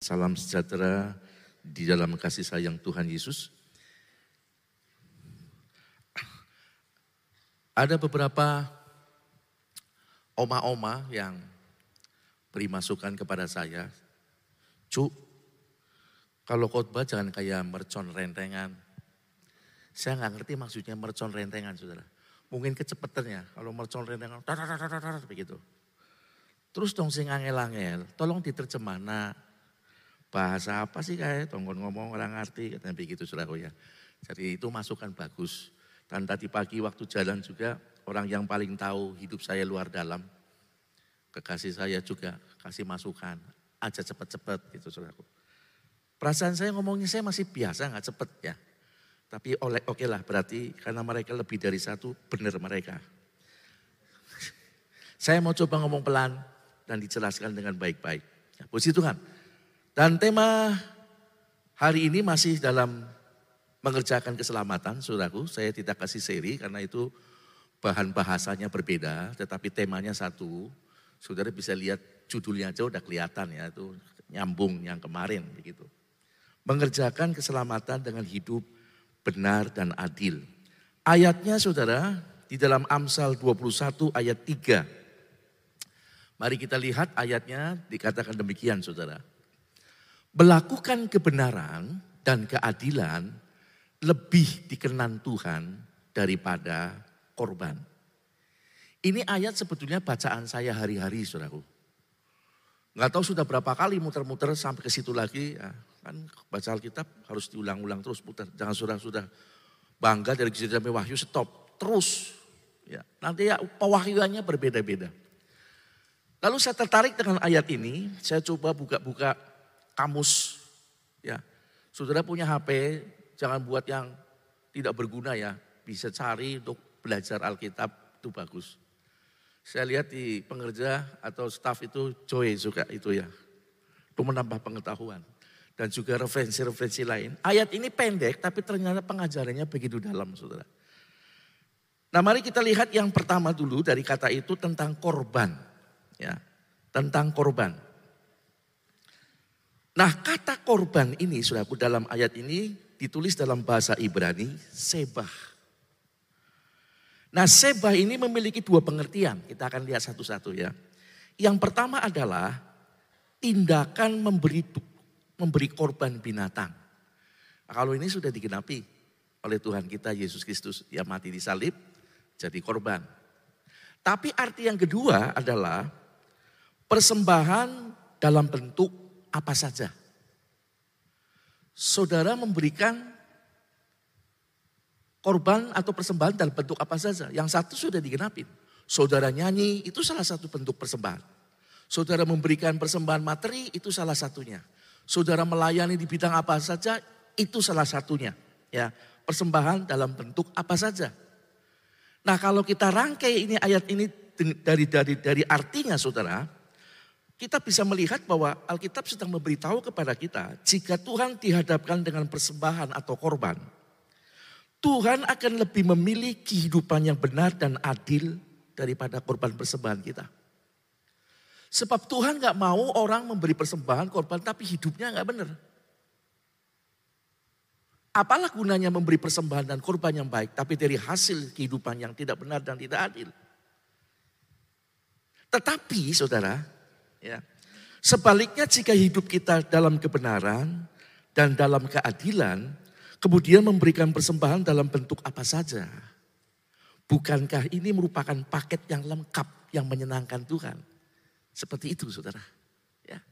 Salam sejahtera di dalam kasih sayang Tuhan Yesus. Ada beberapa oma-oma yang beri masukan kepada saya. Cuk, kalau khotbah jangan kayak mercon rentengan. Saya nggak ngerti maksudnya mercon rentengan, saudara. Mungkin kecepatannya, kalau mercon rentengan, begitu. Terus dong sing angel-angel, tolong diterjemah. Nah, bahasa apa sih kayak tonggon ngomong orang ngerti, katanya begitu saudara ya. Jadi itu masukan bagus. Dan tadi pagi waktu jalan juga, orang yang paling tahu hidup saya luar dalam, kekasih saya juga kasih masukan, aja cepet-cepet gitu saudaraku. Perasaan saya ngomongnya saya masih biasa gak cepet ya. Tapi oke lah berarti karena mereka lebih dari satu, benar mereka. Saya mau coba ngomong pelan dan dijelaskan dengan baik-baik. Ya, puji Tuhan. Dan tema hari ini masih dalam mengerjakan keselamatan, saudaraku. Saya tidak kasih seri karena itu bahan bahasanya berbeda, tetapi temanya satu. Saudara bisa lihat judulnya aja udah kelihatan ya, itu nyambung yang kemarin begitu. Mengerjakan keselamatan dengan hidup benar dan adil. Ayatnya saudara di dalam Amsal 21 ayat 3. Mari kita lihat ayatnya dikatakan demikian saudara. Melakukan kebenaran dan keadilan lebih dikenan Tuhan daripada korban. Ini ayat sebetulnya bacaan saya hari-hari saudaraku. Nggak tahu sudah berapa kali muter-muter sampai ke situ lagi. Ya, kan baca Alkitab harus diulang-ulang terus putar. Jangan sudah bangga dari Kejadian sampai Wahyu stop. Terus. Ya, nanti ya pewahyuannya berbeda-beda. Lalu saya tertarik dengan ayat ini. Saya coba buka-buka kamus, ya. Saudara punya HP, jangan buat yang tidak berguna ya. Bisa cari untuk belajar Alkitab, itu bagus. Saya lihat di pengerja atau staf itu Joy juga itu ya. Itu menambah pengetahuan. Dan juga referensi-referensi lain. Ayat ini pendek tapi ternyata pengajarannya begitu dalam saudara. Nah mari kita lihat yang pertama dulu dari kata itu tentang korban. Ya, tentang korban. Nah kata korban ini saudaraku dalam ayat ini ditulis dalam bahasa Ibrani sebah. Nah sebah ini memiliki dua pengertian, kita akan lihat satu-satu ya. Yang pertama adalah tindakan memberi korban binatang. Nah, kalau ini sudah digenapi oleh Tuhan kita Yesus Kristus yang mati di salib jadi korban. Tapi arti yang kedua adalah persembahan dalam bentuk apa saja. Saudara memberikan korban atau persembahan dalam bentuk apa saja. Yang satu sudah digenapin. Saudara nyanyi itu salah satu bentuk persembahan. Saudara memberikan persembahan materi itu salah satunya. Saudara melayani di bidang apa saja itu salah satunya. Ya, persembahan dalam bentuk apa saja. Nah kalau kita rangkai ini ayat ini dari artinya saudara. Kita bisa melihat bahwa Alkitab sedang memberitahu kepada kita, jika Tuhan dihadapkan dengan persembahan atau korban, Tuhan akan lebih memilih kehidupan yang benar dan adil daripada korban persembahan kita. Sebab Tuhan gak mau orang memberi persembahan korban tapi hidupnya gak benar. Apalah gunanya memberi persembahan dan korban yang baik, tapi dari hasil kehidupan yang tidak benar dan tidak adil. Tetapi saudara, ya, sebaliknya jika hidup kita dalam kebenaran dan dalam keadilan, kemudian memberikan persembahan dalam bentuk apa saja. Bukankah ini merupakan paket yang lengkap yang menyenangkan Tuhan? Seperti itu saudara. Ya.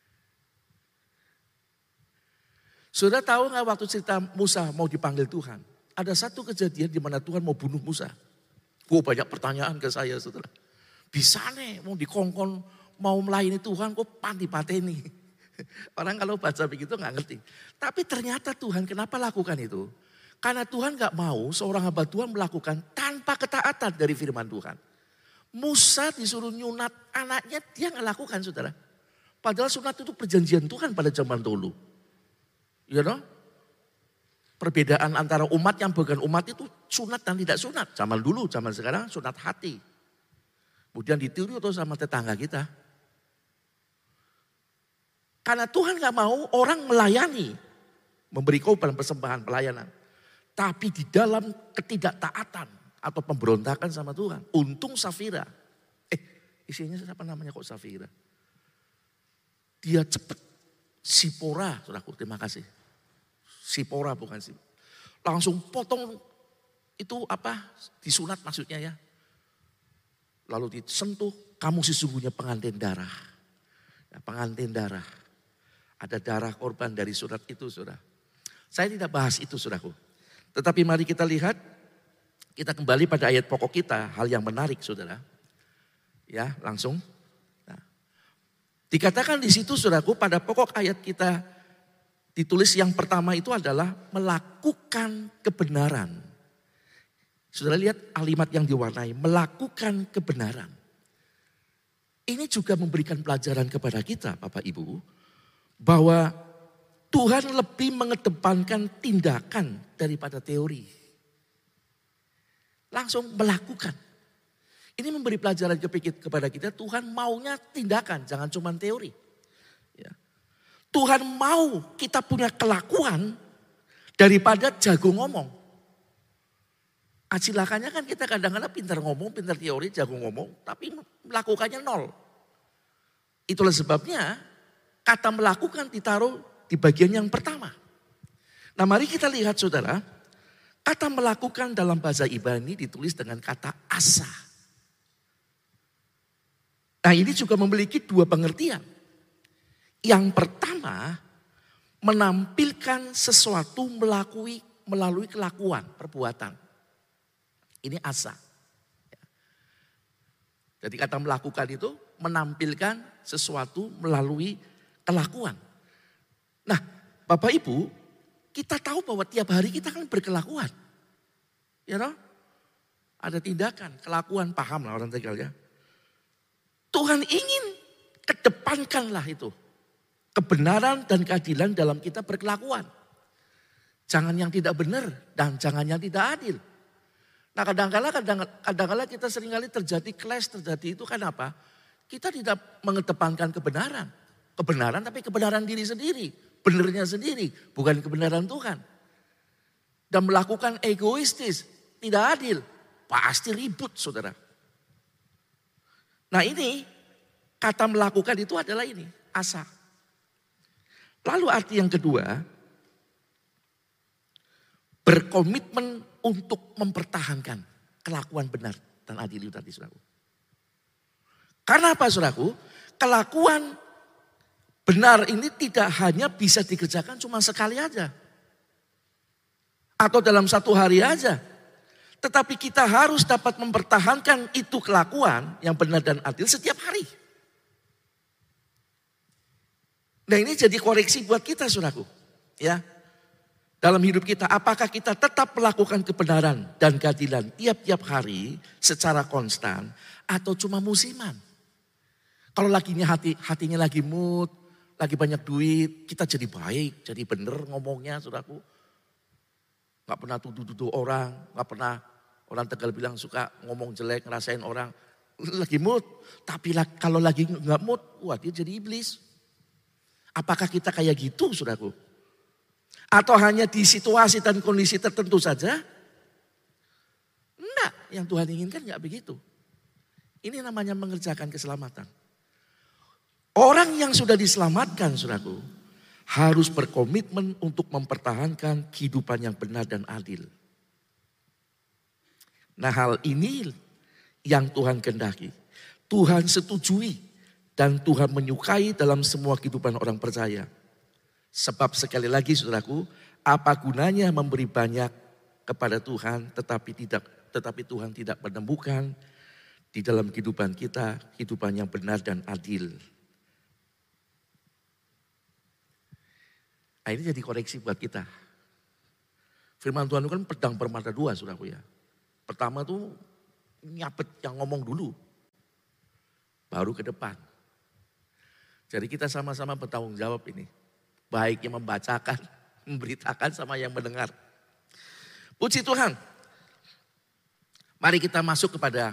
Saudara tahu gak waktu cerita Musa mau dipanggil Tuhan? Ada satu kejadian di mana Tuhan mau bunuh Musa. Banyak pertanyaan ke saya saudara. Bisa nih mau dikongkon mau melayani Tuhan kok panti-pateni. Orang kalau baca begitu gak ngerti. Tapi ternyata Tuhan kenapa lakukan itu? Karena Tuhan gak mau seorang hamba Tuhan melakukan tanpa ketaatan dari firman Tuhan. Musa disuruh nyunat anaknya dia gak lakukan saudara. Padahal sunat itu perjanjian Tuhan pada zaman dulu. You know? Perbedaan antara umat yang bukan umat itu sunat dan tidak sunat. Zaman dulu, zaman sekarang sunat hati. Kemudian ditiru sama tetangga kita. Karena Tuhan gak mau orang melayani, memberi korban persembahan pelayanan. Tapi di dalam ketidaktaatan atau pemberontakan sama Tuhan. Untung Safira. Isinya siapa namanya kok Safira? Dia cepat. Sipora, saudaraku, terima kasih. Sipora bukan sih. Langsung potong itu disunat maksudnya ya. Lalu disentuh, kamu sesungguhnya pengantin darah. Ya, pengantin darah. Ada darah korban dari surat itu, saudara. Saya tidak bahas itu, saudaraku. Tetapi mari kita lihat, kita kembali pada ayat pokok kita, hal yang menarik, saudara. Ya, langsung. Nah, dikatakan di situ, saudaraku, pada pokok ayat kita ditulis yang pertama itu adalah melakukan kebenaran. Saudara lihat kalimat yang diwarnai, melakukan kebenaran. Ini juga memberikan pelajaran kepada kita, Bapak Ibu, bahwa Tuhan lebih mengedepankan tindakan daripada teori. Langsung melakukan. Ini memberi pelajaran kepada kita, Tuhan maunya tindakan, jangan cuma teori. Ya. Tuhan mau kita punya kelakuan daripada jago ngomong. Silakannya kan kita kadang-kadang pintar ngomong, pintar teori, jago ngomong, tapi melakukannya nol. Itulah sebabnya kata melakukan ditaruh di bagian yang pertama. Nah mari kita lihat saudara, kata melakukan dalam bahasa Ibrani ditulis dengan kata asa. Nah ini juga memiliki dua pengertian. Yang pertama, menampilkan sesuatu melalui kelakuan, perbuatan. Ini asa. Jadi kata melakukan itu menampilkan sesuatu melalui kelakuan. Nah Bapak Ibu, kita tahu bahwa tiap hari kita kan berkelakuan. Ya toh? Ada tindakan, kelakuan, paham lah orang Tegal ya. Tuhan ingin kedepankanlah itu. Kebenaran dan keadilan dalam kita berkelakuan. Jangan yang tidak benar dan jangan yang tidak adil. Nah kadang-kala kita seringkali terjadi clash, terjadi itu kan apa? Kita tidak mengedepankan kebenaran. Kebenaran tapi kebenaran diri sendiri. Benernya sendiri, bukan kebenaran Tuhan. Dan melakukan egoistis, tidak adil. Pasti ribut saudara. Nah ini kata melakukan itu adalah ini, asa. Lalu arti yang kedua, berkomitmen untuk mempertahankan kelakuan benar dan adil itu tadi saudaraku. Karena apa saudaraku? Kelakuan benar ini tidak hanya bisa dikerjakan cuma sekali aja. Atau dalam satu hari aja. Tetapi kita harus dapat mempertahankan itu kelakuan yang benar dan adil setiap hari. Nah ini jadi koreksi buat kita saudaraku. Ya. Dalam hidup kita, apakah kita tetap melakukan kebenaran dan keadilan tiap-tiap hari secara konstan atau cuma musiman? Kalau hatinya lagi mood, lagi banyak duit, kita jadi baik, jadi benar ngomongnya saudaraku. Gak pernah tuduh-tuduh orang, gak pernah orang Tegal bilang suka ngomong jelek, ngerasain orang. Lagi mood, tapi kalau lagi gak mood, wah dia jadi iblis. Apakah kita kayak gitu saudaraku? Atau hanya di situasi dan kondisi tertentu saja? Enggak, yang Tuhan inginkan enggak begitu. Ini namanya mengerjakan keselamatan. Orang yang sudah diselamatkan, saudaraku, harus berkomitmen untuk mempertahankan kehidupan yang benar dan adil. Nah hal ini yang Tuhan kehendaki. Tuhan setujui dan Tuhan menyukai dalam semua kehidupan orang percaya. Sebab sekali lagi saudaraku, apa gunanya memberi banyak kepada Tuhan tetapi Tuhan tidak menemukan di dalam kehidupan kita kehidupan yang benar dan adil. Nah, ini jadi koreksi buat kita. Firman Tuhan itu kan pedang bermata dua saudaraku ya. Pertama tuh nyabet yang ngomong dulu. Baru ke depan. Jadi kita sama-sama bertanggung jawab ini. Baiknya membacakan, memberitakan sama yang mendengar. Puji Tuhan. Mari kita masuk kepada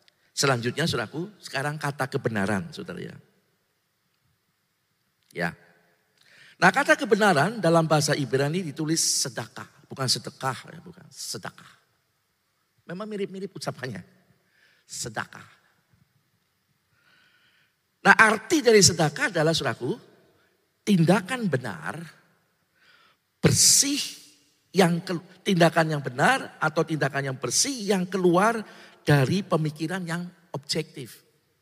selanjutnya saudaraku. Sekarang kata kebenaran saudara ya. Ya. Nah, kata kebenaran dalam bahasa Ibrani ditulis sedekah, bukan sedekah ya, bukan sedekah. Memang mirip-mirip ucapannya. Sedekah. Nah, arti dari sedekah adalah saudaraku, tindakan benar, bersih, tindakan yang benar atau tindakan yang bersih yang keluar dari pemikiran yang objektif.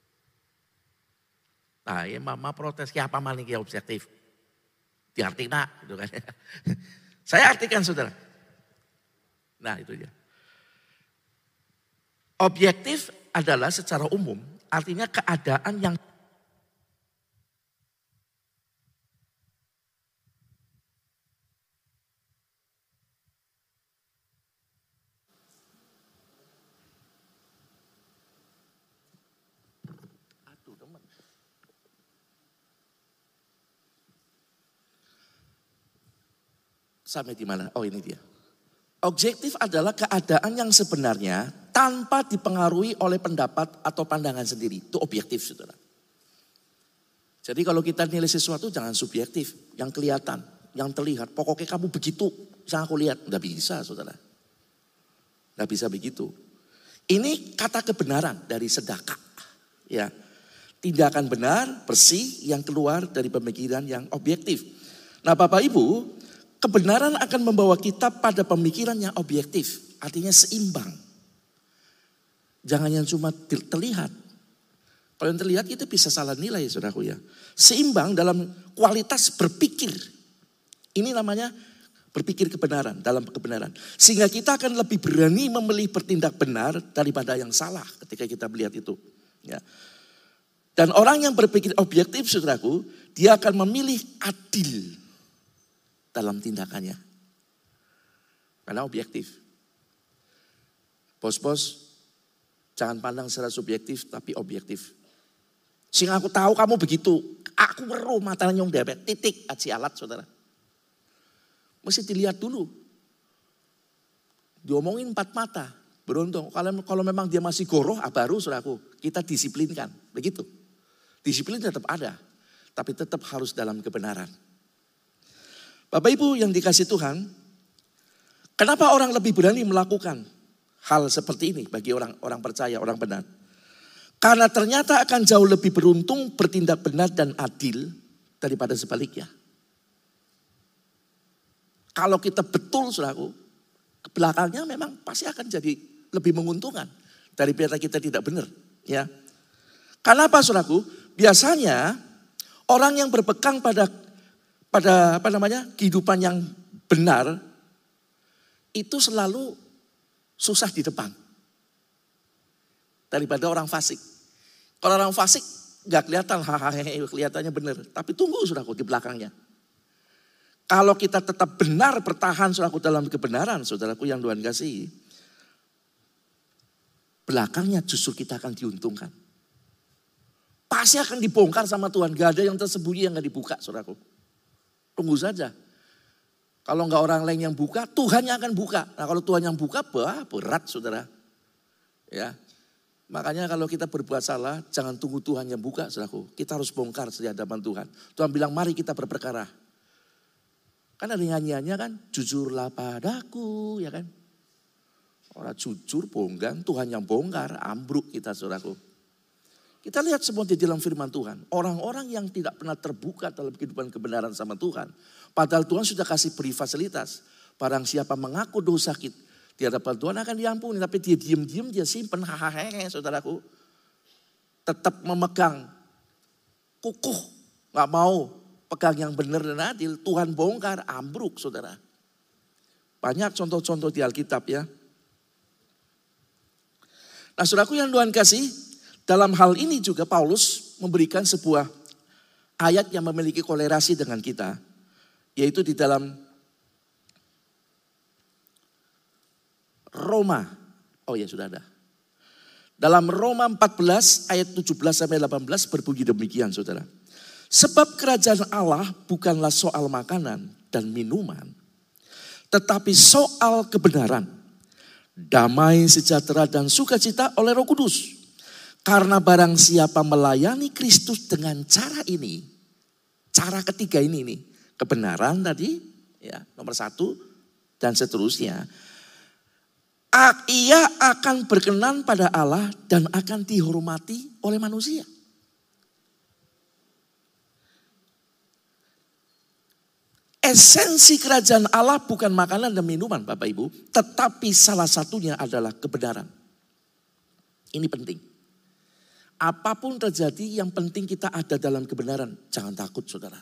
Nah, ya mama protes, apa maling yang objektif? Diartikan, gitu kan. Saya artikan saudara. Nah, itu dia. Objektif adalah secara umum, artinya keadaan yang sampai di mana? Oh, ini dia. Objektif adalah keadaan yang sebenarnya tanpa dipengaruhi oleh pendapat atau pandangan sendiri. Itu objektif, saudara. Jadi kalau kita nilai sesuatu jangan subjektif, yang kelihatan, yang terlihat. Pokoknya kamu begitu, jangan aku lihat. Nggak bisa, saudara. Nggak bisa begitu. Ini kata kebenaran dari sedekah. Ya, tindakan benar, bersih, yang keluar dari pemikiran yang objektif. Nah, Bapak Ibu, kebenaran akan membawa kita pada pemikiran yang objektif. Artinya seimbang. Jangan yang cuma terlihat. Kalau yang terlihat itu bisa salah nilai, saudaraku ya. Seimbang dalam kualitas berpikir. Ini namanya berpikir kebenaran, dalam kebenaran. Sehingga kita akan lebih berani memilih bertindak benar daripada yang salah ketika kita melihat itu. Ya. Dan orang yang berpikir objektif, saudaraku, dia akan memilih adil dalam tindakannya. Karena objektif. Bos-bos, jangan pandang secara subjektif tapi objektif. Sing aku tahu kamu begitu, aku weruh matanya nyong debet, titik, aji alat saudara. Mesti dilihat dulu. Diomongin 4 mata, beruntung. Kalau memang dia masih goroh, baru saudaraku, kita disiplinkan. Begitu. Disiplin tetap ada, tapi tetap harus dalam kebenaran. Bapak Ibu yang dikasih Tuhan, kenapa orang lebih berani melakukan hal seperti ini bagi orang percaya, orang benar? Karena ternyata akan jauh lebih beruntung bertindak benar dan adil daripada sebaliknya. Kalau kita betul, saudaraku, ke belakangnya memang pasti akan jadi lebih menguntungkan daripada kita tidak benar. Ya. Karena apa, saudaraku? Biasanya orang yang berpegang pada kehidupan yang benar itu selalu susah di depan daripada orang fasik. Kalau orang fasik nggak kelihatan, kelihatannya benar, tapi tunggu saudaraku di belakangnya. Kalau kita tetap benar bertahan saudaraku dalam kebenaran, saudaraku yang Tuhan kasih, belakangnya justru kita akan diuntungkan. Pasti akan dibongkar sama Tuhan, gak ada yang tersembunyi yang gak dibuka saudaraku. Tunggu saja. Kalau enggak orang lain yang buka, Tuhan yang akan buka. Nah kalau Tuhan yang buka, berat saudara. Ya, makanya kalau kita berbuat salah, jangan tunggu Tuhan yang buka saudaraku. Kita harus bongkar di hadapan Tuhan. Tuhan bilang mari kita berperkara. Kan ada nyanyiannya kan, jujurlah padaku ya kan. Orang jujur, bongkar, Tuhan yang bongkar, ambruk kita saudaraku. Kita lihat semua di dalam firman Tuhan. Orang-orang yang tidak pernah terbuka dalam kehidupan kebenaran sama Tuhan. Padahal Tuhan sudah kasih beri fasilitas. Barang siapa mengaku dosa di hadapan Tuhan akan diampuni. Tapi dia diam-diam, dia simpen. Saudaraku. Tetap memegang. Kukuh. Gak mau pegang yang benar dan adil. Tuhan bongkar, ambruk saudara. Banyak contoh-contoh di Alkitab ya. Nah saudaraku yang Tuhan kasih. Dalam hal ini juga Paulus memberikan sebuah ayat yang memiliki kolerasi dengan kita. Yaitu di dalam Roma. Oh ya sudah ada. Dalam Roma 14 ayat 17 sampai 18 berbunyi demikian saudara. Sebab kerajaan Allah bukanlah soal makanan dan minuman. Tetapi soal kebenaran, damai, sejahtera dan sukacita oleh Roh Kudus. Karena barang siapa melayani Kristus dengan cara ini, cara ketiga ini nih, kebenaran tadi, ya nomor 1 dan seterusnya. Ia akan berkenan pada Allah dan akan dihormati oleh manusia. Esensi kerajaan Allah bukan makanan dan minuman Bapak Ibu, tetapi salah satunya adalah kebenaran. Ini penting. Apapun terjadi yang penting kita ada dalam kebenaran. Jangan takut saudara.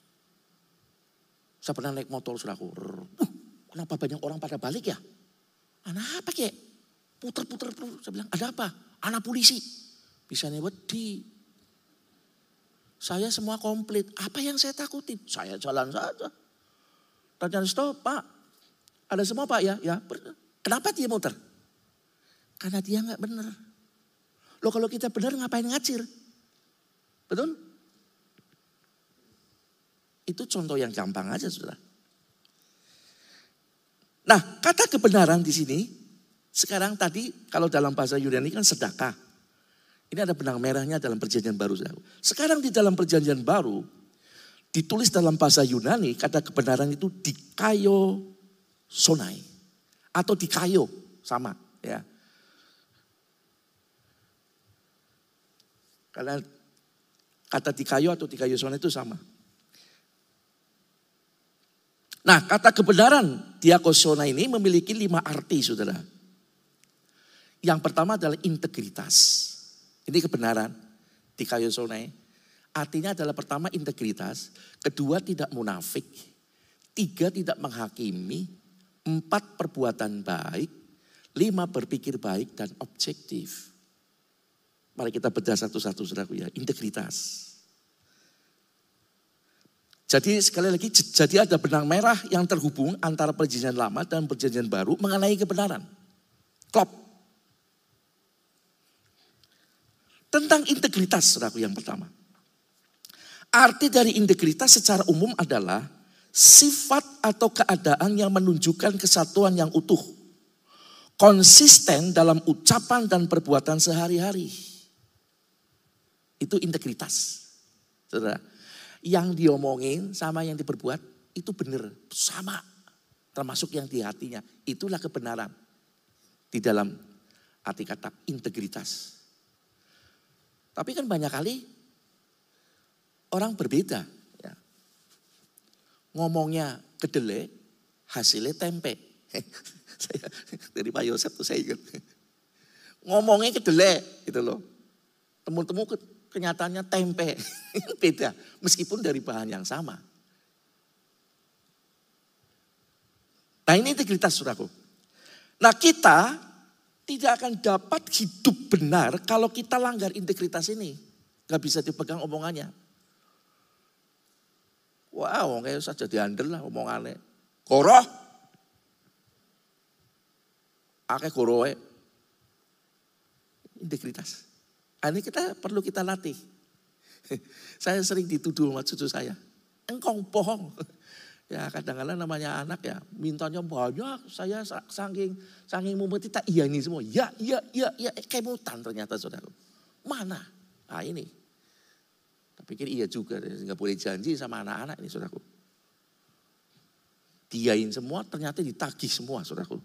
Saya pernah naik motor saudaraku. Kenapa banyak orang pada balik ya? Anak apa kek? Puter-puter. Saya bilang ada apa? Anak polisi. Bisa wedi. Saya semua komplit. Apa yang saya takutin? Saya jalan saja. Tanya stop Pak. Ada semua Pak ya? Ya. Kenapa dia muter? Karena dia nggak benar. Loh kalau kita benar ngapain ngacir? Betul? Itu contoh yang gampang aja saudara. Nah kata kebenaran di sini. Sekarang tadi kalau dalam bahasa Yunani kan sedekah. Ini ada benang merahnya dalam perjanjian baru. Saudara. Sekarang di dalam perjanjian baru. Ditulis dalam bahasa Yunani kata kebenaran itu dikaio sonai. Atau dikaio sama ya. Karena kata dikayo atau dikayo sonai itu sama. Nah kata kebenaran diakosona ini memiliki 5 arti saudara. Yang pertama adalah integritas. Ini kebenaran dikayo sonai. Artinya adalah pertama integritas. Kedua tidak munafik. 3 tidak menghakimi. 4 perbuatan baik. 5 berpikir baik dan objektif. Mari kita bedah satu-satu saudaraku ya. Integritas. Jadi sekali lagi, jadi ada benang merah yang terhubung antara perjanjian lama dan perjanjian baru mengenai kebenaran. Klop. Tentang integritas, saudaraku yang pertama. Arti dari integritas secara umum adalah sifat atau keadaan yang menunjukkan kesatuan yang utuh. Konsisten dalam ucapan dan perbuatan sehari-hari. Itu integritas. Saudara. Yang diomongin sama yang diperbuat itu benar, sama. Termasuk yang di hatinya. Itulah kebenaran. Di dalam arti kata integritas. Tapi kan banyak kali orang berbeda. Ya. Ngomongnya kedelai, hasilnya tempe. Saya, dari Pak Yosef tuh saya ingat. Ngomongnya kedelai gitu loh. Temu-temu kenyataannya tempe. Beda. Meskipun dari bahan yang sama. Nah ini integritas saudaraku. Nah kita tidak akan dapat hidup benar kalau kita langgar integritas ini. Gak bisa dipegang omongannya. Wow kayak saja diandel lah omongannya. Goroh. Ake gorohe. Integritas. Ini perlu kita latih. Saya sering dituduh sama cucu saya. Engkau bohong. Ya kadang-kadang namanya anak ya. Mintanya banyak. Saya saking mumet tak iya ini semua. Ya. Kemutan ternyata saudara. Mana? Nah ini. Saya pikir iya juga. Nggak boleh janji sama anak-anak ini saudaraku. Diain semua ternyata ditagih semua saudaraku.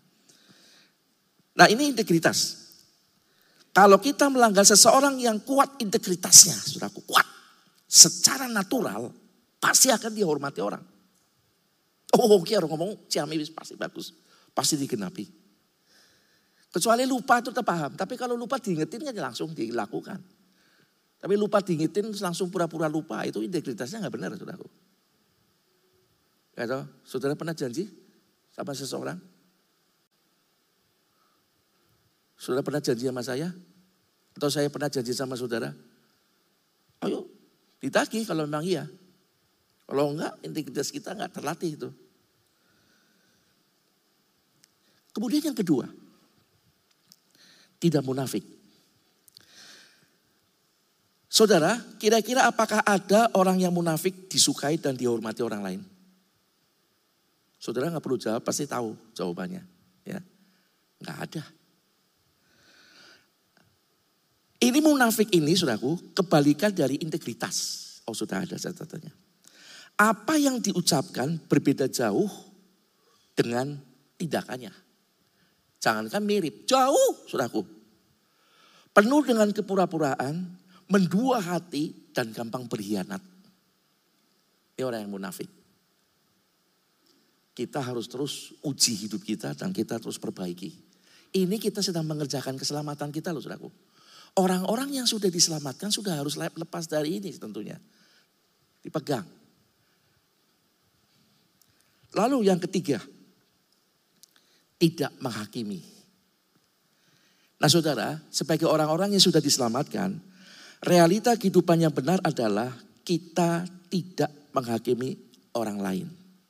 Nah ini integritas. Kalau kita melanggar seseorang yang kuat integritasnya, saudaraku, kuat. Secara natural, pasti akan dihormati orang. Oh oke orang ngomong, Ciamis pasti bagus. Pasti digenapi. Kecuali lupa itu terpaham. Tapi kalau lupa diingetin kan langsung dilakukan. Tapi lupa diingetin langsung pura-pura lupa. Itu integritasnya gak benar saudaraku. Ya, saudara pernah janji sama seseorang? Saudara pernah janji sama saya? Atau saya pernah janji sama saudara? Ayo ditagih kalau memang iya. Kalau enggak integritas kita enggak terlatih itu. Kemudian yang kedua. Tidak munafik. Saudara, kira-kira apakah ada orang yang munafik disukai dan dihormati orang lain? Saudara enggak perlu jawab, pasti tahu jawabannya. Ya, enggak ada. Ini munafik ini saudaraku kebalikan dari integritas. Oh sudah ada catatannya. Apa yang diucapkan berbeda jauh dengan tindakannya. Jangankan mirip, jauh saudaraku. Penuh dengan kepura-puraan, mendua hati dan gampang berkhianat. Ini orang yang munafik. Kita harus terus uji hidup kita dan kita terus perbaiki. Ini kita sedang mengerjakan keselamatan kita loh saudaraku. Orang-orang yang sudah diselamatkan sudah harus lepas dari ini tentunya. Dipegang. Lalu yang ketiga, tidak menghakimi. Nah saudara, sebagai orang-orang yang sudah diselamatkan, realita kehidupan yang benar adalah kita tidak menghakimi orang lain.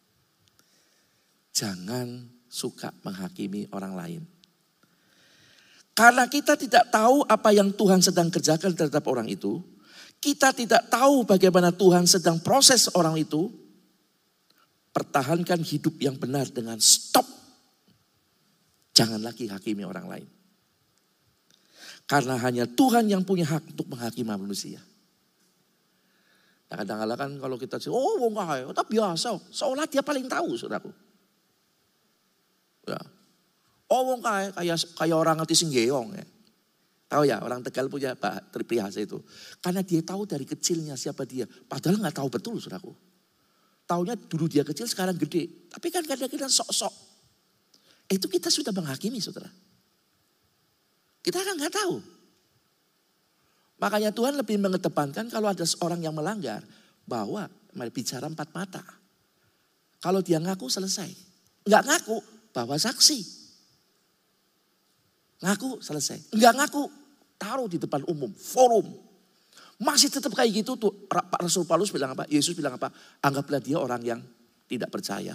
Jangan suka menghakimi orang lain. Karena kita tidak tahu apa yang Tuhan sedang kerjakan terhadap orang itu, kita tidak tahu bagaimana Tuhan sedang proses orang itu. Pertahankan hidup yang benar dengan stop. Jangan lagi hakimi orang lain. Karena hanya Tuhan yang punya hak untuk menghakimi manusia. Nah, kadang-kadang kan kalau kita oh wong kaya, tapi biasa, seolah dia paling tahu saudaraku. Ya. Oh wong kaya kayak orang ngerti sing geong ya. Tahu ya, orang Tegal punya peribahasa itu. Karena dia tahu dari kecilnya siapa dia, padahal nggak tahu betul saudaraku. Taunya dulu dia kecil sekarang gede. Tapi kan kadang-kadang sok-sok. Itu kita sudah menghakimi saudara. Kita kan gak tahu. Makanya Tuhan lebih mengedepankan kalau ada seorang yang melanggar. Bahwa bicara empat mata. Kalau dia ngaku selesai. Gak ngaku bawa saksi. Ngaku selesai. Gak ngaku taruh di depan umum. Forum. Masih tetap kayak gitu tuh. Pak Rasul Paulus bilang apa? Yesus bilang apa? Anggaplah dia orang yang tidak percaya.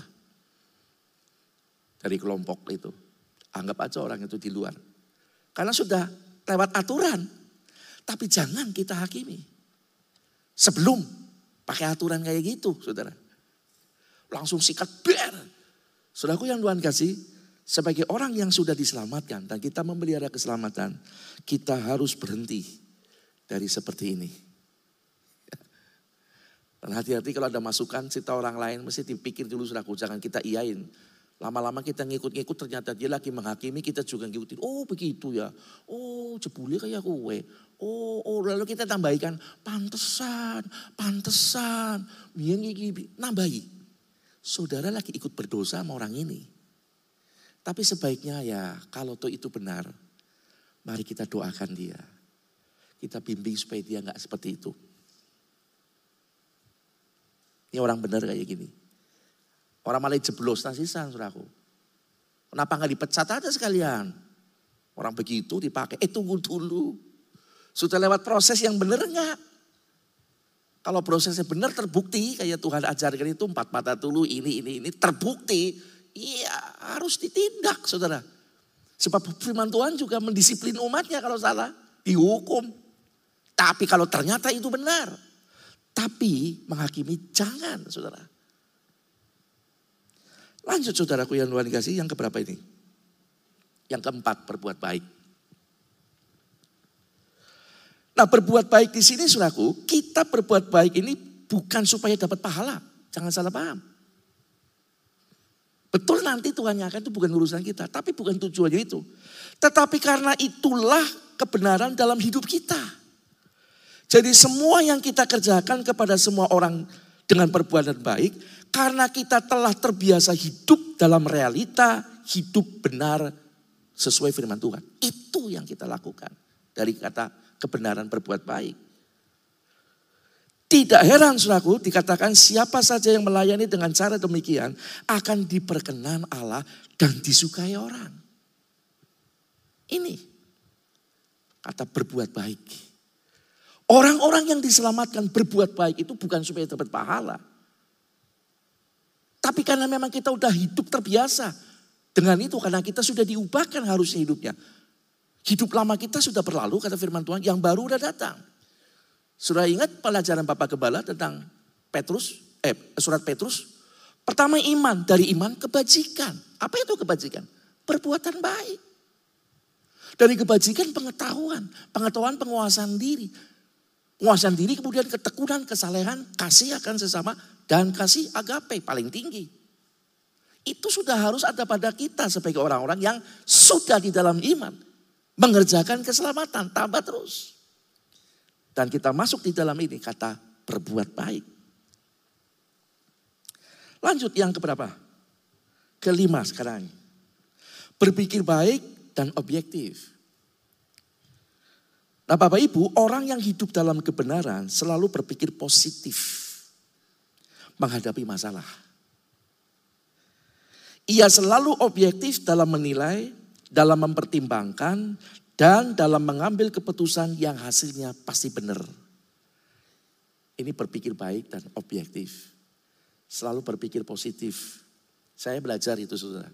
Dari kelompok itu. Anggap aja orang itu di luar. Karena sudah lewat aturan. Tapi jangan kita hakimi. Sebelum pakai aturan kayak gitu saudara. Langsung sikat ber. Saudaraku yang Tuhan kasih. Sebagai orang yang sudah diselamatkan. Dan kita memelihara keselamatan. Kita harus berhenti. Dari seperti ini. Dan hati-hati kalau ada masukan cerita orang lain mesti dipikir dulu saudaraku, jangan kita iyain. Lama-lama kita ngikut-ngikut ternyata dia lagi menghakimi, kita juga ngikutin. Oh begitu ya, oh jebule kayak kowe. Oh lalu kita tambahkan pantesan, nambahi. Saudara lagi ikut berdosa sama orang ini. Tapi sebaiknya ya kalau itu benar, mari kita doakan dia. Kita bimbing supaya dia gak seperti itu. Ini orang benar kayak gini. Orang malah jeblos nasisan saudaraku. Kenapa gak dipecat aja sekalian? Orang begitu dipakai. Tunggu dulu. Sudah lewat proses yang benar enggak? Kalau prosesnya benar terbukti. Kayak Tuhan ajarkan itu 4 mata dulu ini terbukti. Iya harus ditindak saudara. Sebab firman Tuhan juga mendisiplin umatnya kalau salah. Dihukum. Tapi kalau ternyata itu benar. Tapi menghakimi jangan saudara. Lanjut saudaraku yang Tuhan kasih yang keberapa ini? Yang keempat berbuat baik. Nah berbuat baik di sini saudaraku. Kita berbuat baik ini bukan supaya dapat pahala. Jangan salah paham. Betul nanti Tuhan yang akan itu bukan urusan kita. Tapi bukan tujuannya itu. Tetapi karena itulah kebenaran dalam hidup kita. Jadi semua yang kita kerjakan kepada semua orang dengan perbuatan baik. Karena kita telah terbiasa hidup dalam realita hidup benar sesuai firman Tuhan. Itu yang kita lakukan dari kata kebenaran berbuat baik. Tidak heran saudaraku dikatakan siapa saja yang melayani dengan cara demikian akan diperkenan Allah dan disukai orang. Ini kata berbuat baik. Orang-orang yang diselamatkan berbuat baik itu bukan supaya dapat pahala. Tapi karena memang kita udah hidup terbiasa dengan itu. Karena kita sudah diubahkan harusnya hidupnya. Hidup lama kita sudah berlalu kata firman Tuhan. Yang baru udah datang. Sudah ingat pelajaran Bapak Gembala tentang surat Petrus. Pertama iman. Dari iman kebajikan. Apa itu kebajikan? Perbuatan baik. Dari kebajikan pengetahuan. Pengetahuan penguasaan diri. Penguasaan diri, kemudian ketekunan, kesalehan, kasih akan sesama, dan kasih agape paling tinggi. Itu sudah harus ada pada kita sebagai orang-orang yang sudah di dalam iman. Mengerjakan keselamatan, tambah terus. Dan kita masuk di dalam ini kata berbuat baik. Lanjut yang keberapa? Kelima sekarang. Berpikir baik dan objektif. Nah Bapak Ibu, orang yang hidup dalam kebenaran selalu berpikir positif menghadapi masalah. Ia selalu objektif dalam menilai, dalam mempertimbangkan, dan dalam mengambil keputusan yang hasilnya pasti benar. Ini berpikir baik dan objektif. Selalu berpikir positif. Saya belajar itu saudara.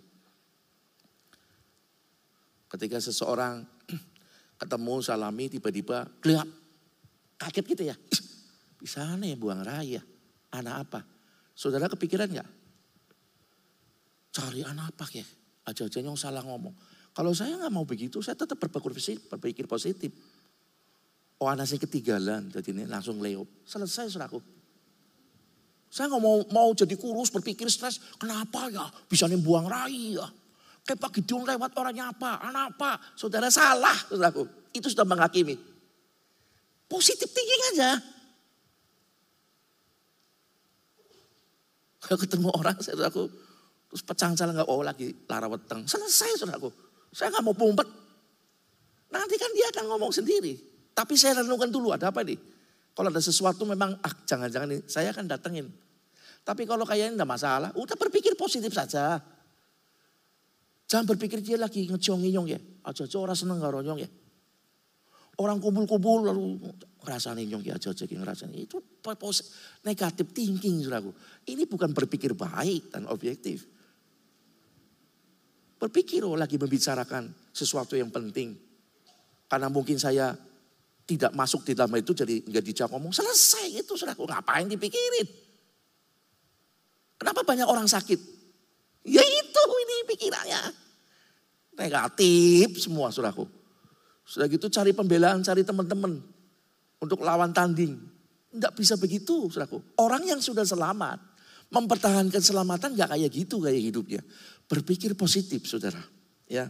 Ketika seseorang ketemu salami tiba-tiba gelap. Kaget gitu ya. Bisa nih buang raya. Anak apa? Saudara kepikiran gak? Cari anak apa ya? Aja-aja yang salah ngomong. Kalau saya gak mau begitu, saya tetap berpikir positif. Oh anaknya ketinggalan, jadi ini langsung leop. Selesai saudaraku. Saya gak mau jadi kurus, berpikir stres. Kenapa ya? Bisa nih buang raya. Kayak Pak Gideon lewat orangnya apa? Anak apa? Saudara salah, saudaraku. Itu sudah menghakimi. Positif thinking aja. Kalau ketemu orang, saudaraku, terus pecang salah nggak? Oh lagi lara weteng. Selesai, saudaraku. Saya nggak mau pumpet. Nanti kan dia akan ngomong sendiri. Tapi saya renungkan dulu, ada apa nih? Kalau ada sesuatu memang, jangan-jangan nih, saya akan datengin. Tapi kalau kayaknya enggak masalah, udah berpikir positif saja. Jangan berpikir dia lagi ngejong-ngiyong ya. Aja-aja orang seneng karo nyong ya. Orang kumpul-kumpul lalu ngerasain nyong ya aja-aja ngerasain. Itu negatif thinking saudaraku. Ini bukan berpikir baik dan objektif. Berpikir lagi membicarakan sesuatu yang penting. Karena mungkin saya tidak masuk di dalam itu jadi nggak dijawab ngomong. Selesai itu saudaraku. Ngapain dipikirin? Kenapa banyak orang sakit? Ya itu ini pikirannya. Negatif semua saudaraku. Sudah gitu cari pembelaan, cari teman-teman. Untuk lawan tanding. Enggak bisa begitu saudaraku. Orang yang sudah selamat. Mempertahankan keselamatan enggak kayak gitu kayak hidupnya. Berpikir positif saudara. Ya.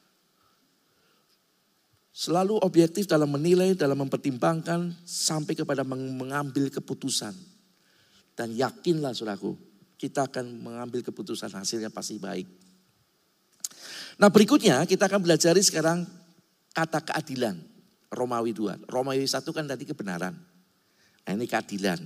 Selalu objektif dalam menilai, dalam mempertimbangkan. Sampai kepada mengambil keputusan. Dan yakinlah saudaraku. Kita akan mengambil keputusan hasilnya pasti baik. Nah berikutnya kita akan belajar sekarang kata keadilan. Romawi 2. Romawi 1 kan tadi kebenaran. Nah ini keadilan.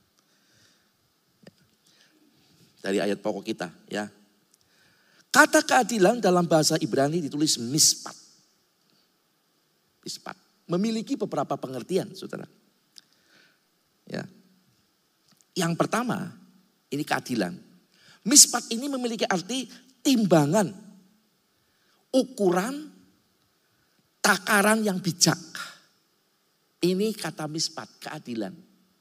Dari ayat pokok kita ya. Kata keadilan dalam bahasa Ibrani ditulis mispat. Mispat. Memiliki beberapa pengertian saudara. Ya. Yang pertama ini keadilan. Mispat ini memiliki arti timbangan. Ukuran, takaran yang bijak. Ini kata mispat, keadilan.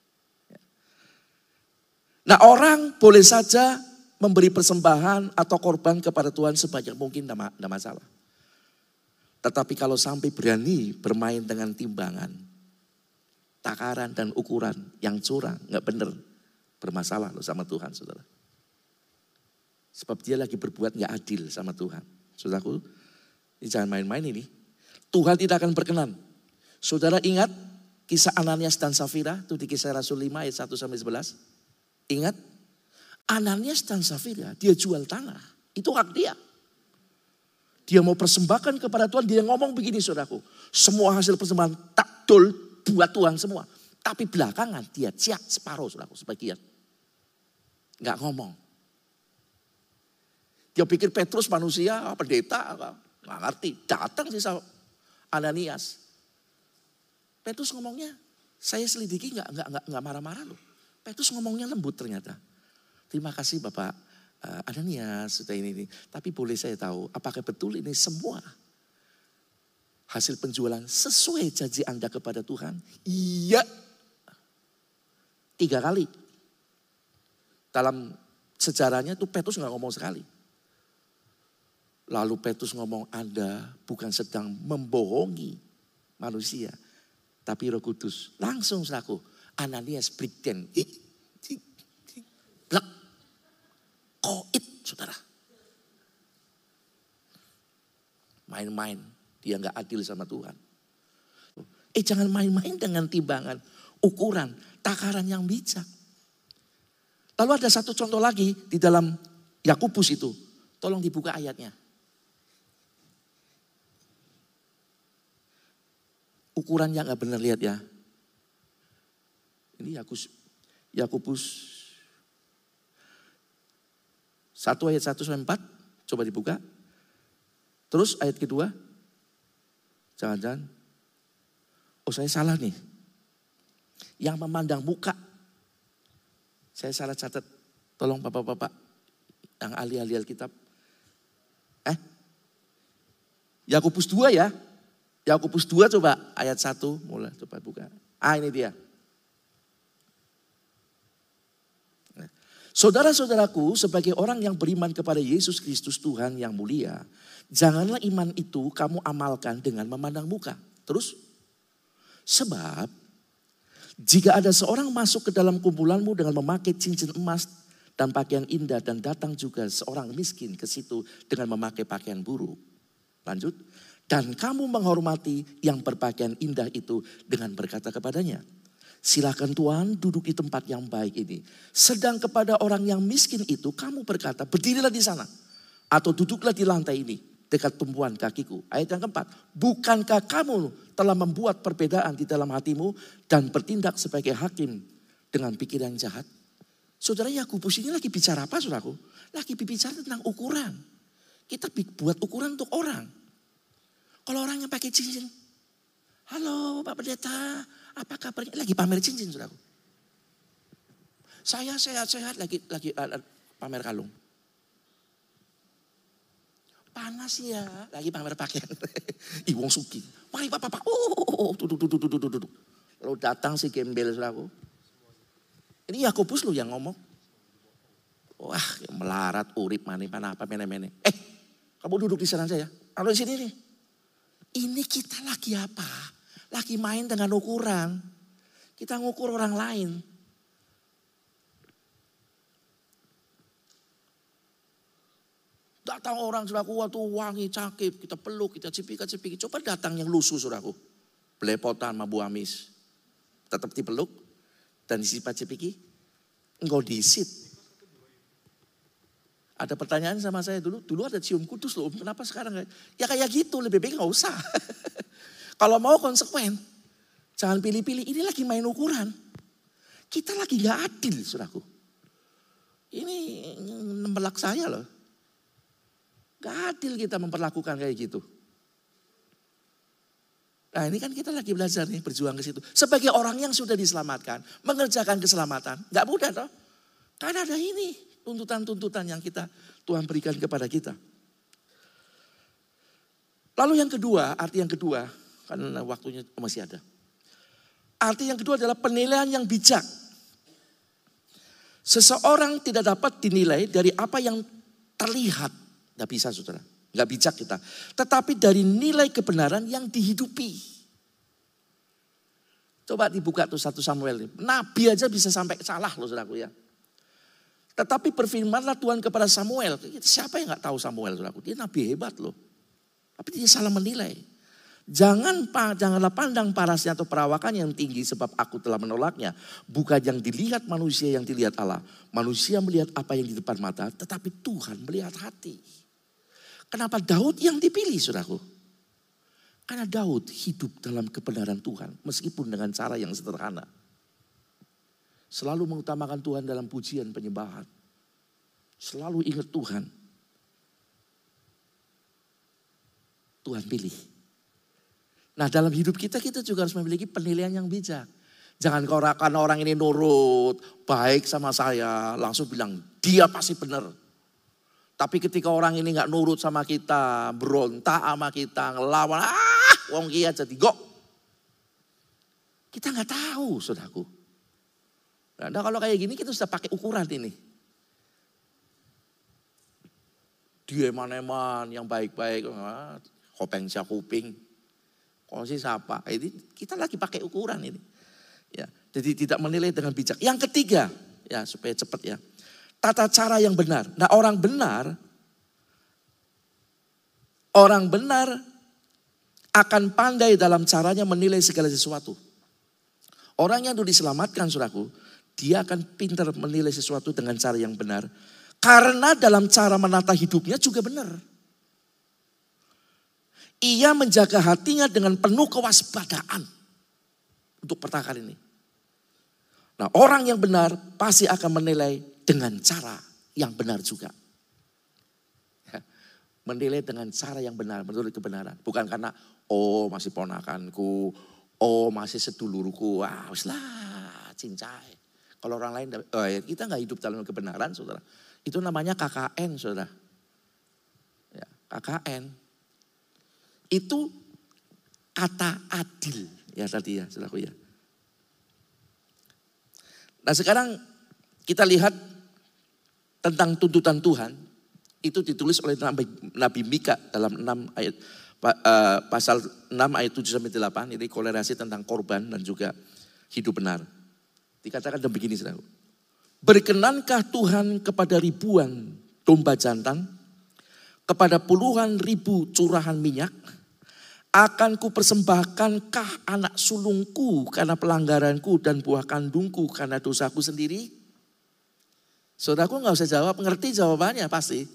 Nah orang boleh saja memberi persembahan atau korban kepada Tuhan sebanyak mungkin, tidak masalah. Tetapi kalau sampai berani bermain dengan timbangan, takaran dan ukuran yang curang, nggak benar, bermasalah loh sama Tuhan saudara. Sebab dia lagi berbuat nggak adil sama Tuhan. Saudaraku, ini jangan main-main ini. Tuhan tidak akan berkenan. Saudara ingat kisah Ananias dan Safira itu di Kisah Rasul 5 ayat 1 sampai 11. Ingat Ananias dan Safira dia jual tanah. Itu hak dia. Dia mau persembahkan kepada Tuhan. Dia ngomong begini saudaraku. Semua hasil persembahan takdul buat Tuhan semua. Tapi belakangan dia ciak separuh saudaraku sebagian. Enggak ngomong. Dia pikir Petrus manusia, pendeta, nggak ngerti. Datang sih Ananias. Petrus ngomongnya, saya selidiki nggak marah-marah loh. Petrus ngomongnya lembut ternyata. Terima kasih Bapak Ananias sudah ini. Tapi boleh saya tahu, apakah betul ini semua hasil penjualan sesuai janji Anda kepada Tuhan? Iya. 3 kali. Dalam sejarahnya tuh Petrus nggak ngomong sekali. Lalu Petrus ngomong, Anda bukan sedang membohongi manusia. Tapi Roh Kudus langsung saudaraku, Ananias brigden. Blek. Koit saudara. Main-main, dia gak adil sama Tuhan. Jangan main-main dengan timbangan, ukuran, takaran yang bijak. Lalu ada satu contoh lagi di dalam Yakobus itu. Tolong dibuka ayatnya. Ukuran yang gak benar, lihat ya. Ini Yakobus 1 ayat 1 sampai 4. Coba dibuka. Terus ayat kedua. Jangan-jangan. Saya salah nih. Yang memandang muka. Saya salah catat. Tolong bapak-bapak. Yang ahli-ahli Alkitab. Yakobus 2 ya. Yakobus 2 coba ayat 1 mulai coba buka. Ini dia. Saudara-saudaraku, sebagai orang yang beriman kepada Yesus Kristus Tuhan yang mulia, janganlah iman itu kamu amalkan dengan memandang muka. Terus, sebab jika ada seorang masuk ke dalam kumpulanmu dengan memakai cincin emas dan pakaian indah dan datang juga seorang miskin ke situ dengan memakai pakaian buruk. Lanjut. Dan kamu menghormati yang berpakaian indah itu dengan berkata kepadanya, silakan Tuhan duduk di tempat yang baik ini. Sedang kepada orang yang miskin itu kamu berkata, berdirilah di sana. Atau duduklah di lantai ini dekat tumpuan kakiku. Ayat yang keempat, bukankah kamu telah membuat perbedaan di dalam hatimu dan bertindak sebagai hakim dengan pikiran jahat? Saudara, Yakobus ini lagi bicara apa saudaraku? Lagi bicara tentang ukuran. Kita buat ukuran untuk orang. Kalau orang yang pakai cincin, halo Pak Pendeta, apa kabarnya? Lagi pamer cincin saudaraku. Saya sehat-sehat lagi pamer kalung. Panas ya, lagi pamer pakaian. Wong suki. Mari Pak. Duduk. Lalu datang si gembel saudaraku. Ini Yakobus loh yang ngomong. Wah, melarat urip mana apa mene-mene. Kamu duduk di sana saja. Kalau di sini nih. Ini kita lagi apa? Lagi main dengan ukuran. Kita ngukur orang lain. Datang orang saudaraku, waktu wangi, cakep, kita peluk, kita cipika-cipiki. Coba datang yang lusuh saudaraku. Belepotan sama Bu Amis. Tetap dipeluk dan dicipa-cipiki. Engkau disit. Ada pertanyaan sama saya dulu ada cium kudus loh, kenapa sekarang gak? Ya kayak gitu, lebih baik gak usah. Kalau mau konsekuen, jangan pilih-pilih, ini lagi main ukuran. Kita lagi gak adil saudaraku. Ini nembelak saya loh. Gak adil kita memperlakukan kayak gitu. Nah ini kan kita lagi belajar nih, berjuang ke situ. Sebagai orang yang sudah diselamatkan, mengerjakan keselamatan, gak mudah toh. Karena ada ini. Tuntutan-tuntutan yang Tuhan berikan kepada kita. Lalu yang kedua, arti yang kedua, karena waktunya masih ada. Arti yang kedua adalah penilaian yang bijak. Seseorang tidak dapat dinilai dari apa yang terlihat. Tidak bisa saudara, nggak bijak kita. Tetapi dari nilai kebenaran yang dihidupi. Coba dibuka tuh 1 Samuel. Nabi aja bisa sampai salah loh saudaraku ya. Tetapi berfirmanlah Tuhan kepada Samuel. Siapa yang gak tahu Samuel saudaraku? Dia nabi hebat loh. Tapi dia salah menilai. Janganlah pandang parasnya atau perawakan yang tinggi sebab aku telah menolaknya. Bukan yang dilihat manusia yang dilihat Allah. Manusia melihat apa yang di depan mata. Tetapi Tuhan melihat hati. Kenapa Daud yang dipilih saudaraku? Karena Daud hidup dalam kebenaran Tuhan. Meskipun dengan cara yang sederhana. Selalu mengutamakan Tuhan dalam pujian penyembahan. Selalu ingat Tuhan. Tuhan pilih. Nah dalam hidup kita juga harus memiliki penilaian yang bijak. Jangan karena orang ini nurut, baik sama saya, langsung bilang dia pasti benar. Tapi ketika orang ini gak nurut sama kita, berontak sama kita, ngelawan, wong kia jadi gok. Kita gak tahu saudaraku. Nah kalau kayak gini kita sudah pakai ukuran ini. Dia eman-eman yang baik-baik. Kopeng siya kuping. Kongsi siapa? Ini kita lagi pakai ukuran ini. Ya, jadi tidak menilai dengan bijak. Yang ketiga, ya supaya cepat ya. Tata cara yang benar. Nah, orang benar akan pandai dalam caranya menilai segala sesuatu. Orang yang sudah diselamatkan, saudaraku, dia akan pintar menilai sesuatu dengan cara yang benar. Karena dalam cara menata hidupnya juga benar. Ia menjaga hatinya dengan penuh kewaspadaan untuk perkara ini. Nah, orang yang benar pasti akan menilai dengan cara yang benar juga. Menilai dengan cara yang benar, menurut kebenaran. Bukan karena, oh masih ponakanku, oh masih sedulurku, wah uslah cincai. Kalau orang lain, kita gak hidup dalam kebenaran, saudara. Itu namanya KKN, saudara. Ya, KKN. Itu kata adil, ya tadi ya, saudaraku ya. Nah sekarang kita lihat tentang tuntutan Tuhan. Itu ditulis oleh Nabi Mika dalam 6 ayat, pasal 6 ayat 7-8. Ini kolerasi tentang korban dan juga hidup benar. Dikatakan begini, saudara. Berkenankah Tuhan kepada ribuan domba jantan, kepada puluhan ribu curahan minyak? Akan kupersembahkankah anak sulungku karena pelanggaranku dan buah kandungku karena dosaku sendiri? Saudaraku gak usah jawab, ngerti jawabannya pasti.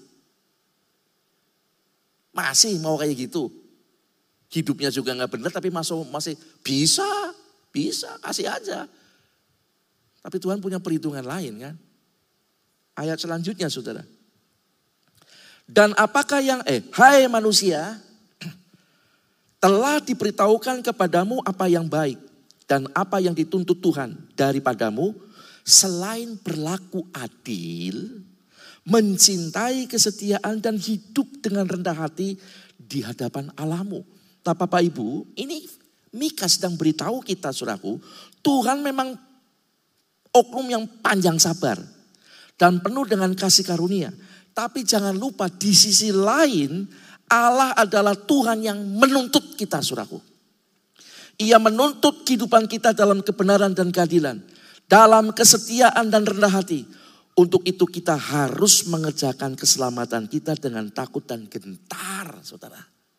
Masih mau kayak gitu. Hidupnya juga gak benar tapi masih bisa, kasih aja. Tapi Tuhan punya perhitungan lain kan. Ayat selanjutnya saudara. Dan apakah yang, hai manusia, telah diberitahukan kepadamu apa yang baik dan apa yang dituntut Tuhan daripadamu selain berlaku adil, mencintai kesetiaan dan hidup dengan rendah hati di hadapan Allahmu. Nah Bapak Ibu, ini Mika sedang beritahu kita saudaraku, Tuhan memang oknum yang panjang sabar dan penuh dengan kasih karunia. Tapi jangan lupa di sisi lain Allah adalah Tuhan yang menuntut kita saudaraku. Ia menuntut kehidupan kita dalam kebenaran dan keadilan. Dalam kesetiaan dan rendah hati. Untuk itu kita harus mengerjakan keselamatan kita dengan takut dan gentar saudara.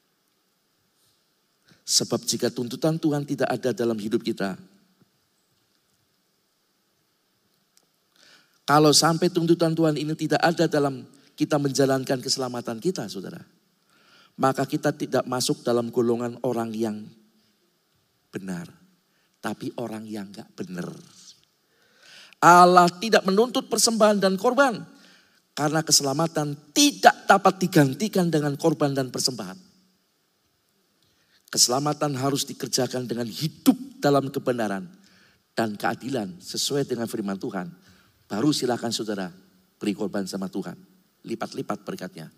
Sebab jika tuntutan Tuhan tidak ada dalam hidup kita, kalau sampai tuntutan Tuhan ini tidak ada dalam kita menjalankan keselamatan kita saudara, maka kita tidak masuk dalam golongan orang yang benar, tapi orang yang gak benar. Allah tidak menuntut persembahan dan korban, karena keselamatan tidak dapat digantikan dengan korban dan persembahan. Keselamatan harus dikerjakan dengan hidup dalam kebenaran dan keadilan sesuai dengan firman Tuhan. Baru silakan saudara beri korban sama Tuhan. Lipat-lipat berkatnya.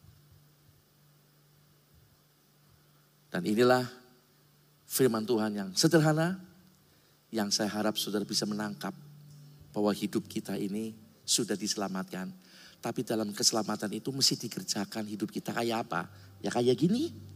Dan inilah firman Tuhan yang sederhana. Yang saya harap saudara bisa menangkap. Bahwa hidup kita ini sudah diselamatkan. Tapi dalam keselamatan itu mesti dikerjakan hidup kita kayak apa? Ya kayak gini.